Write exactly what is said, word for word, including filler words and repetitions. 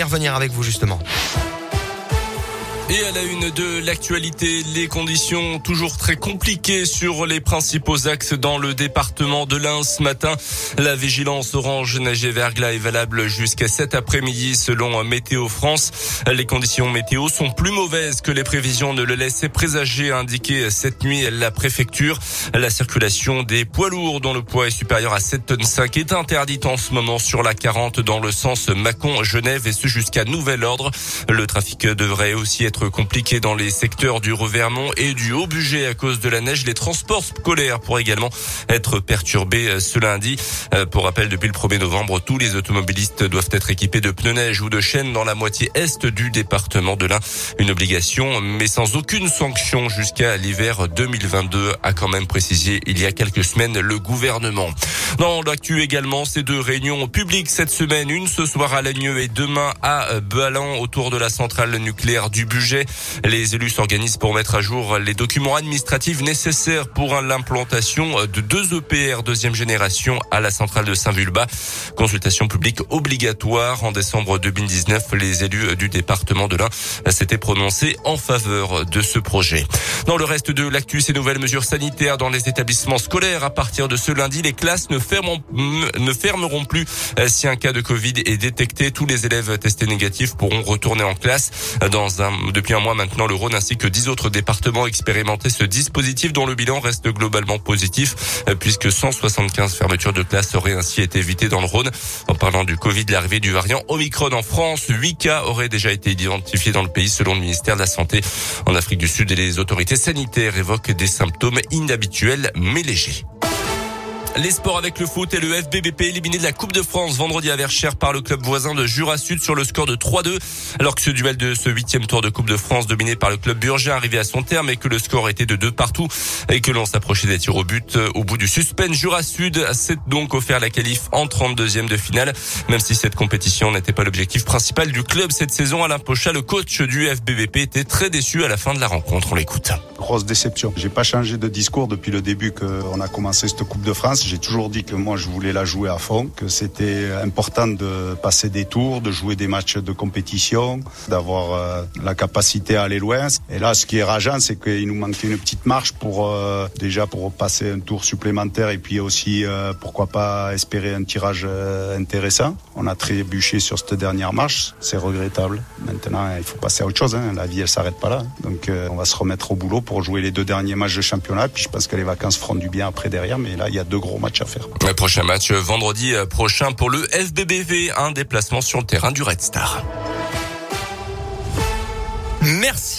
y revenir avec vous justement. Et à la une de l'actualité, les conditions toujours très compliquées sur les principaux axes dans le département de l'Ain ce matin. La vigilance orange neige et verglas est valable jusqu'à cet après-midi selon Météo France. Les conditions météo sont plus mauvaises que les prévisions ne le laissaient présager, a indiqué cette nuit la préfecture. La circulation des poids lourds dont le poids est supérieur à sept tonnes cinq est interdite en ce moment sur la quarante dans le sens Mâcon-Genève et ce jusqu'à nouvel ordre. Le trafic devrait aussi être compliqué dans les secteurs du Revermont et du Haut-Bugey à cause de la neige. Les transports scolaires pourraient également être perturbés ce lundi. Pour rappel, depuis le premier novembre, tous les automobilistes doivent être équipés de pneus neige ou de chaînes dans la moitié est du département de l'Ain. Une obligation, mais sans aucune sanction jusqu'à l'hiver deux mille vingt-deux, a quand même précisé il y a quelques semaines le gouvernement. Dans l'actu également, ces deux réunions publiques cette semaine, une ce soir à Lagneux et demain à Ballan autour de la centrale nucléaire du Bugey. Les élus s'organisent pour mettre à jour les documents administratifs nécessaires pour l'implantation de deux E P R deuxième génération à la centrale de Saint-Vulbas. Consultation publique obligatoire. En décembre deux mille dix-neuf, les élus du département de l'Ain s'étaient prononcés en faveur de ce projet. Dans le reste de l'actu, ces nouvelles mesures sanitaires dans les établissements scolaires. À partir de ce lundi, les classes ne fermeront, ne fermeront plus si un cas de Covid est détecté. Tous les élèves testés négatifs pourront retourner en classe. Dans un, depuis un mois maintenant, le Rhône ainsi que dix autres départements expérimentaient ce dispositif dont le bilan reste globalement positif puisque cent soixante-quinze fermetures de classes auraient ainsi été évitées dans le Rhône. En parlant du Covid, l'arrivée du variant Omicron en France, huit cas auraient déjà été identifiés dans le pays selon le ministère de la Santé. En Afrique du Sud, les autorités sanitaires évoquent des symptômes inhabituels mais légers. Les sports avec le foot et le F B B P éliminé de la Coupe de France vendredi à Verchères par le club voisin de Jura Sud sur le score de trois deux. Alors que ce duel de ce huitième tour de Coupe de France dominé par le club burgien arrivait à son terme et que le score était de deux partout et que l'on s'approchait des tirs au but au bout du suspense. Jura Sud s'est donc offert la qualif en trente-deuxième de finale. Même si cette compétition n'était pas l'objectif principal du club cette saison, Alain Pochat, le coach du F B B P, était très déçu à la fin de la rencontre. On l'écoute. Grosse déception. J'ai pas changé de discours depuis le début qu'on a commencé cette Coupe de France. J'ai toujours dit que moi je voulais la jouer à fond, que c'était important de passer des tours, de jouer des matchs de compétition, d'avoir euh, la capacité à aller loin. Et là, ce qui est rageant, c'est qu'il nous manquait une petite marche pour euh, déjà pour passer un tour supplémentaire et puis aussi euh, pourquoi pas espérer un tirage euh, intéressant. On a trébuché sur cette dernière marche, c'est regrettable. Maintenant, il faut passer à autre chose. Hein. La vie, elle s'arrête pas là. Donc, euh, on va se remettre au boulot pour jouer les deux derniers matchs de championnat. Puis je pense que les vacances feront du bien après derrière. Mais là, il y a deux gros matchs à faire. Le prochain match vendredi prochain pour le F B B V, un déplacement sur le terrain du Red Star. Merci.